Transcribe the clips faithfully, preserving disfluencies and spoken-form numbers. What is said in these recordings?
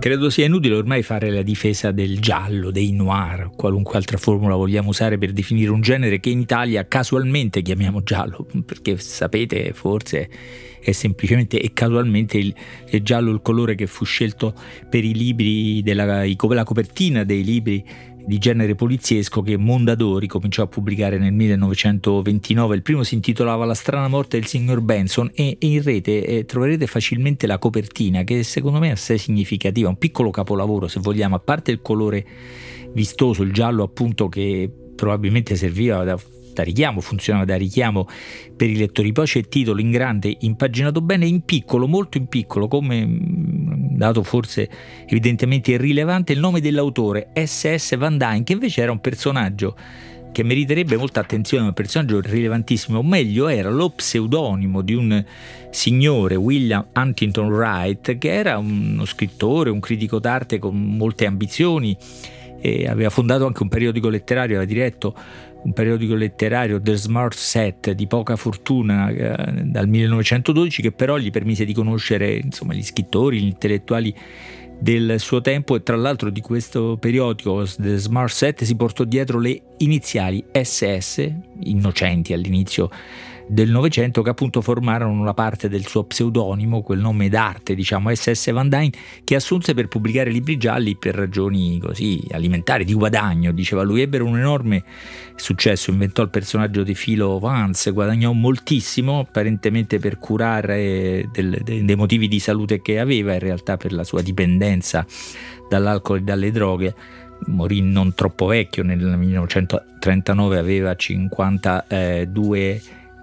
Credo sia inutile ormai fare la difesa del giallo, dei noir, qualunque altra formula vogliamo usare per definire un genere che in Italia casualmente chiamiamo giallo, perché sapete forse è semplicemente e casualmente il, il giallo il colore che fu scelto per i libri della la copertina dei libri di genere poliziesco che Mondadori cominciò a pubblicare nel millenovecentoventinove. Il primo si intitolava La strana morte del signor Benson e in rete eh, troverete facilmente la copertina, che secondo me è assai significativa, un piccolo capolavoro se vogliamo, a parte il colore vistoso, il giallo appunto che probabilmente serviva da da richiamo, funzionava da richiamo per i lettori. Poi c'è il titolo in grande, impaginato bene, in piccolo, molto in piccolo, come dato forse evidentemente irrilevante, il nome dell'autore, S S Van Dyne, che invece era un personaggio che meriterebbe molta attenzione, un personaggio rilevantissimo, o meglio era lo pseudonimo di un signore, William Huntington Wright, che era uno scrittore, un critico d'arte con molte ambizioni, e aveva fondato anche un periodico letterario, aveva diretto un periodico letterario, The Smart Set, di poca fortuna, eh, dal millenovecentododici, che però gli permise di conoscere insomma gli scrittori, gli intellettuali del suo tempo, e tra l'altro di questo periodico, The Smart Set, si portò dietro le iniziali S S, innocenti all'inizio del Novecento, che appunto formarono una parte del suo pseudonimo, quel nome d'arte, diciamo S S Van Dyne, che assunse per pubblicare libri gialli per ragioni così alimentari, di guadagno, diceva lui. Ebbero un enorme successo, inventò il personaggio di Philo Vance, guadagnò moltissimo, apparentemente per curare del, de, dei motivi di salute che aveva, in realtà per la sua dipendenza dall'alcol e dalle droghe. Morì non troppo vecchio, nel millenovecentotrentanove aveva cinquantadue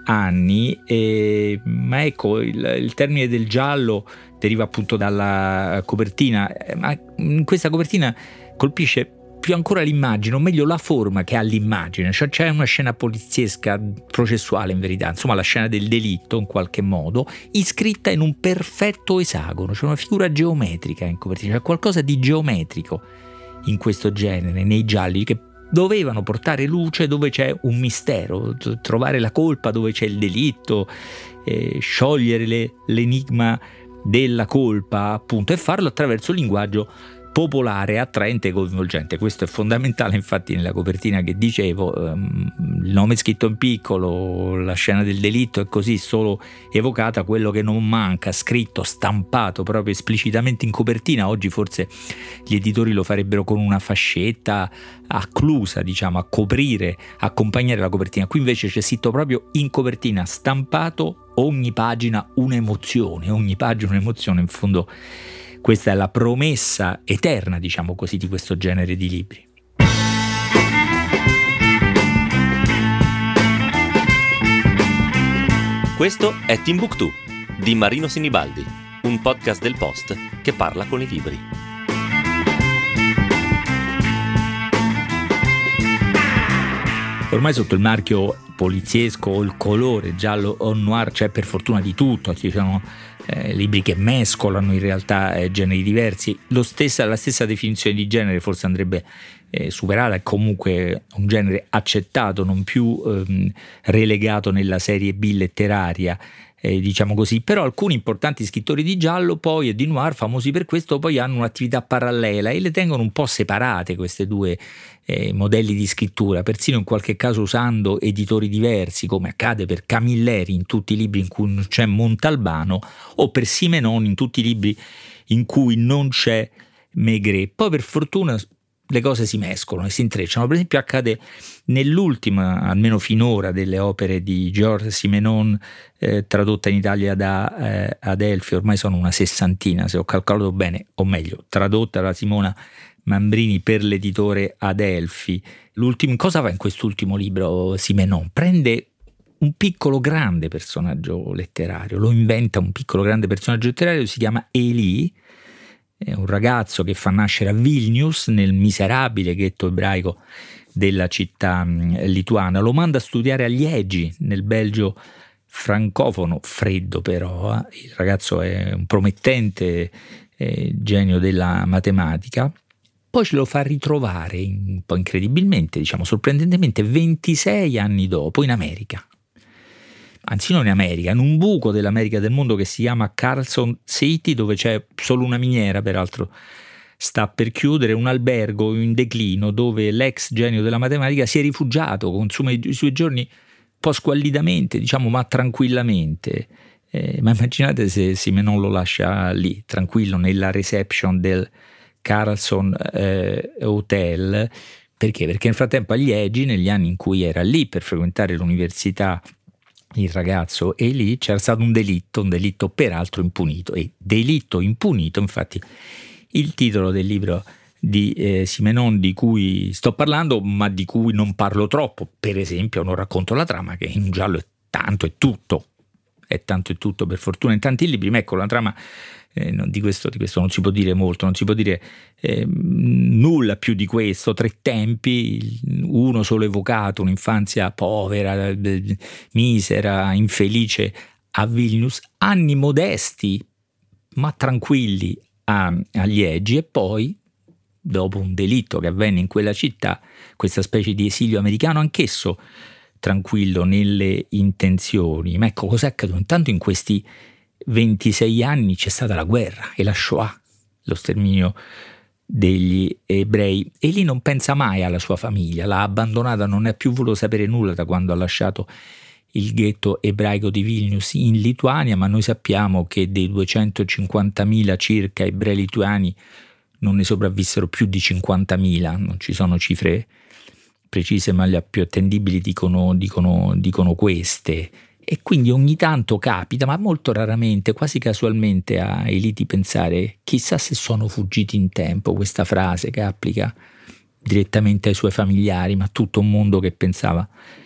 anni, e, ma ecco il, il termine del giallo deriva appunto dalla copertina, ma in questa copertina colpisce più ancora l'immagine, o meglio la forma che ha l'immagine, cioè c'è una scena poliziesca processuale in verità, insomma la scena del delitto in qualche modo, iscritta in un perfetto esagono, c'è una figura geometrica in copertina, c'è qualcosa di geometrico in questo genere, nei gialli, che dovevano portare luce dove c'è un mistero, trovare la colpa dove c'è il delitto, eh, sciogliere le, l'enigma della colpa appunto, e farlo attraverso un linguaggio popolare, attraente e coinvolgente. Questo è fondamentale, infatti nella copertina che dicevo, ehm, il nome scritto in piccolo, la scena del delitto è così solo evocata, quello che non manca, scritto, stampato proprio esplicitamente in copertina. Oggi forse gli editori lo farebbero con una fascetta acclusa, diciamo, a coprire, accompagnare la copertina. Qui invece c'è scritto proprio in copertina, stampato, ogni pagina un'emozione, ogni pagina un'emozione. In fondo questa è la promessa eterna, diciamo così, di questo genere di libri. Questo è Timbuktu di Marino Sinibaldi, un podcast del Post che parla con i libri. Ormai sotto il marchio poliziesco o il colore giallo o noir c'è per fortuna di tutto, ci sono eh, libri che mescolano in realtà eh, generi diversi. Lo stessa, la stessa definizione di genere forse andrebbe eh, superata, è comunque un genere accettato, non più ehm, relegato nella serie B letteraria, eh, diciamo così. Però alcuni importanti scrittori di giallo poi e di noir, famosi per questo, poi hanno un'attività parallela e le tengono un po' separate queste due eh, modelli di scrittura, persino in qualche caso usando editori diversi, come accade per Camilleri in tutti i libri in cui non c'è Montalbano, o per Simenon in tutti i libri in cui non c'è Maigret. Poi per fortuna le cose si mescolano e si intrecciano. Per esempio accade nell'ultima, almeno finora, delle opere di Georges Simenon, eh, tradotta in Italia da eh, Adelphi, ormai sono una sessantina se ho calcolato bene, o meglio tradotta da Simona Mambrini per l'editore Adelphi. L'ultimo, cosa fa in quest'ultimo libro Simenon? Prende un piccolo grande personaggio letterario, lo inventa un piccolo grande personaggio letterario, si chiama Elie. È un ragazzo che fa nascere a Vilnius, nel miserabile ghetto ebraico della città lituana, lo manda a studiare a Liegi, nel Belgio francofono, freddo però. Eh. Il ragazzo è un promettente eh, genio della matematica. Poi ce lo fa ritrovare un po' incredibilmente, diciamo sorprendentemente, ventisei anni dopo in America. Anzi non in America, in un buco dell'America del mondo che si chiama Carson City, dove c'è solo una miniera peraltro sta per chiudere, un albergo in declino dove l'ex genio della matematica si è rifugiato, consuma i, i suoi giorni un po' squallidamente, diciamo, ma tranquillamente. Eh, ma immaginate se Simenon lo lascia lì, tranquillo, nella reception del Carlson eh, Hotel. Perché? Perché nel frattempo a Liegi, negli anni in cui era lì per frequentare l'università, il ragazzo, e lì c'era stato un delitto, un delitto peraltro impunito. E delitto impunito, infatti, il titolo del libro di eh, Simenon di cui sto parlando, ma di cui non parlo troppo. Per esempio, non racconto la trama, che in un giallo è tanto e tutto, è tanto e tutto per fortuna in tanti libri, ma ecco la trama. Eh, non, di, questo, di questo non si può dire molto, non si può dire eh, nulla più di questo. Tre tempi, uno solo evocato, un'infanzia povera, eh, misera, infelice a Vilnius, anni modesti ma tranquilli a, a Liegi, e poi dopo un delitto che avvenne in quella città, questa specie di esilio americano, anch'esso tranquillo nelle intenzioni. Ma ecco cos'è accaduto? Intanto in questi ventisei anni c'è stata la guerra e la Shoah, lo sterminio degli ebrei, e lì non pensa mai alla sua famiglia, l'ha abbandonata, non ne ha più voluto sapere nulla da quando ha lasciato il ghetto ebraico di Vilnius in Lituania. Ma noi sappiamo che dei duecentocinquantamila circa ebrei lituani non ne sopravvissero più di cinquantamila, non ci sono cifre precise ma le più attendibili dicono, dicono, dicono queste. E quindi ogni tanto capita, ma molto raramente, quasi casualmente, a Eliti pensare chissà se sono fuggiti in tempo, questa frase che applica direttamente ai suoi familiari, ma tutto un mondo che pensava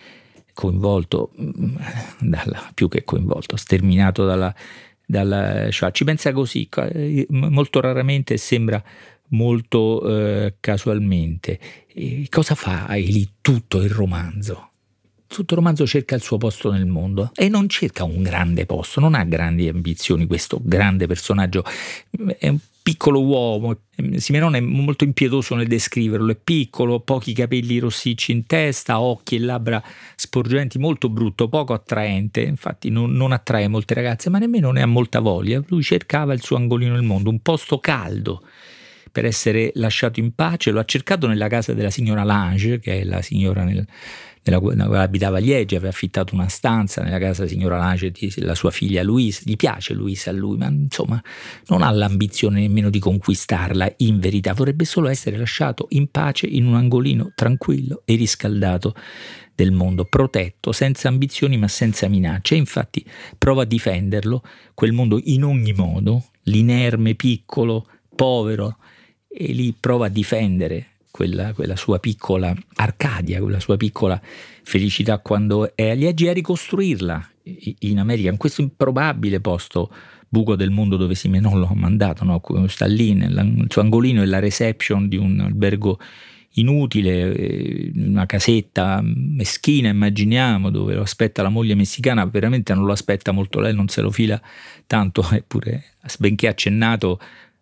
coinvolto, dalla, più che coinvolto, sterminato dalla, dalla Shoah. Ci pensa così, molto raramente, sembra molto eh, casualmente. E cosa fa a Eli tutto il romanzo? Tutto il romanzo cerca il suo posto nel mondo e non cerca un grande posto, non ha grandi ambizioni questo grande personaggio, è un piccolo uomo. Simenon è molto impietoso nel descriverlo, è piccolo, pochi capelli rossicci in testa, occhi e labbra sporgenti, molto brutto, poco attraente, infatti non, non attrae molte ragazze, ma nemmeno ne ha molta voglia. Lui cercava il suo angolino nel mondo, un posto caldo per essere lasciato in pace. Lo ha cercato nella casa della signora Lange, che è la signora nel nella quale abitava a Liegi, aveva affittato una stanza nella casa della signora Lange di la sua figlia Louise. Gli piace Louise a lui, ma insomma non ha l'ambizione nemmeno di conquistarla. In verità vorrebbe solo essere lasciato in pace in un angolino tranquillo e riscaldato del mondo, protetto, senza ambizioni ma senza minacce. E infatti prova a difenderlo, quel mondo, in ogni modo, l'inerme, piccolo, povero, e lì prova a difendere Quella, quella sua piccola Arcadia, quella sua piccola felicità quando è a Liegi, a ricostruirla in America, in questo improbabile posto, buco del mondo dove Simenon lo ha mandato, no? Sta lì, nel suo angolino, è la reception di un albergo inutile, una casetta meschina, immaginiamo, dove lo aspetta la moglie messicana. Veramente non lo aspetta molto, lei non se lo fila tanto, eppure, benché accennato,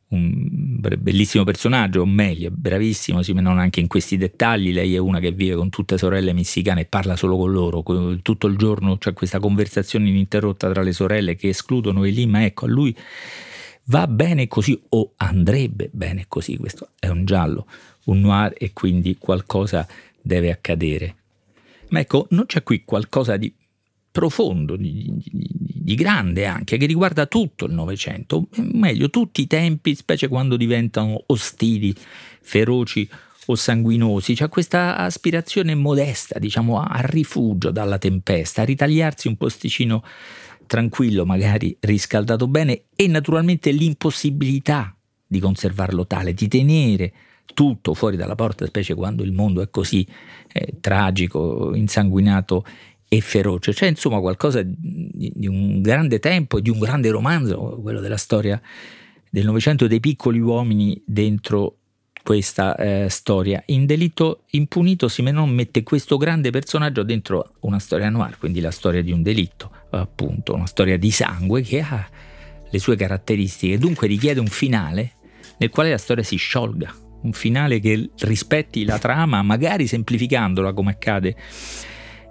un bellissimo personaggio, o meglio, bravissimo Simenon anche in questi dettagli. Lei è una che vive con tutte sorelle messicane e parla solo con loro tutto il giorno, c'è questa conversazione ininterrotta tra le sorelle che escludono Eli, ma ecco, a lui va bene così, o andrebbe bene così. Questo è un giallo, un noir, e quindi qualcosa deve accadere. Ma ecco, non c'è qui qualcosa di profondo, di, di, di grande anche, che riguarda tutto il Novecento, meglio tutti i tempi, specie quando diventano ostili, feroci o sanguinosi. C'è questa aspirazione modesta, diciamo, al rifugio dalla tempesta, a ritagliarsi un posticino tranquillo, magari riscaldato bene, e naturalmente l'impossibilità di conservarlo tale, di tenere tutto fuori dalla porta, specie quando il mondo è così eh, tragico, insanguinato e feroce. C'è insomma qualcosa di, di un grande tempo e di un grande romanzo, quello della storia del Novecento, dei piccoli uomini dentro questa eh, storia. In Delitto impunito Simenon mette questo grande personaggio dentro una storia noir, quindi la storia di un delitto, appunto, una storia di sangue che ha le sue caratteristiche, dunque richiede un finale nel quale la storia si sciolga, un finale che rispetti la trama, magari semplificandola come accade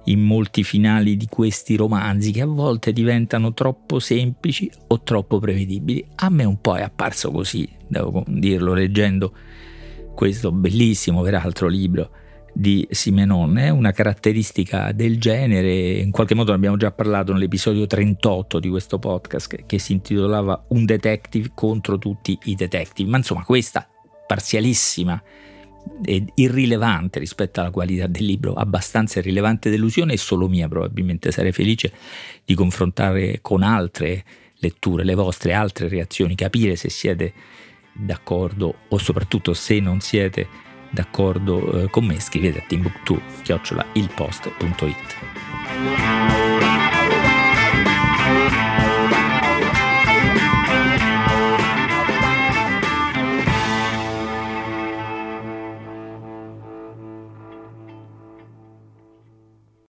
in molti finali di questi romanzi che a volte diventano troppo semplici o troppo prevedibili. A me un po' è apparso così, devo dirlo, leggendo questo bellissimo peraltro libro di Simenon. È una caratteristica del genere, in qualche modo ne abbiamo già parlato nell'episodio trentotto di questo podcast che, che si intitolava Un detective contro tutti i detective, ma insomma questa parzialissima e irrilevante rispetto alla qualità del libro, abbastanza irrilevante delusione è solo mia. Probabilmente sarei felice di confrontare con altre letture le vostre altre reazioni, capire se siete d'accordo o soprattutto se non siete d'accordo eh, con me. Scrivete a timbuktu chiocciola il post punto it.